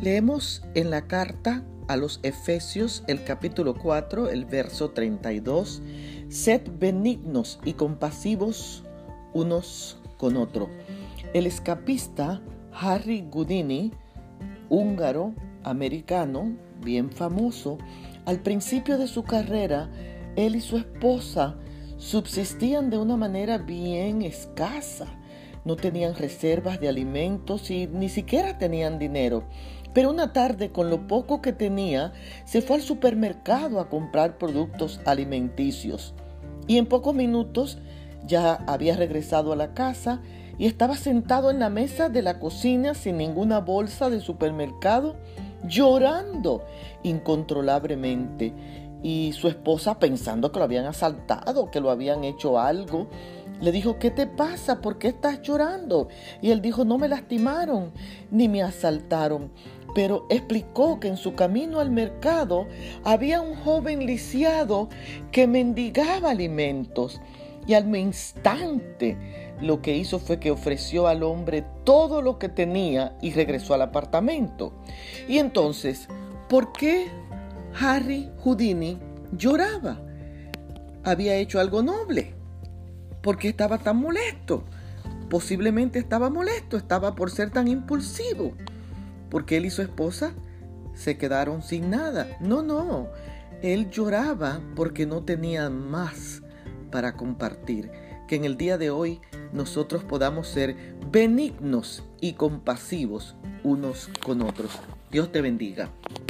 Leemos en la carta a los Efesios, el capítulo 4, el verso 32. Sed benignos y compasivos unos con otros. El escapista Harry Houdini, húngaro, americano, bien famoso, al principio de su carrera, él y su esposa subsistían de una manera bien escasa. No tenían reservas de alimentos y ni siquiera tenían dinero. Pero una tarde, con lo poco que tenía, se fue al supermercado a comprar productos alimenticios. Y en pocos minutos ya había regresado a la casa y estaba sentado en la mesa de la cocina sin ninguna bolsa de supermercado, llorando incontrolablemente. Y su esposa, pensando que lo habían asaltado, que lo habían hecho algo, le dijo: ¿qué te pasa? ¿Por qué estás llorando? Y él dijo: no me lastimaron ni me asaltaron. Pero explicó que en su camino al mercado había un joven lisiado que mendigaba alimentos. Y al instante lo que hizo fue que ofreció al hombre todo lo que tenía y regresó al apartamento. Y entonces, ¿por qué Harry Houdini lloraba? Había hecho algo noble. ¿Por qué estaba tan molesto? Posiblemente estaba molesto, estaba por ser tan impulsivo, porque él y su esposa se quedaron sin nada. No, él lloraba porque no tenía más para compartir. Que en el día de hoy nosotros podamos ser benignos y compasivos unos con otros. Dios te bendiga.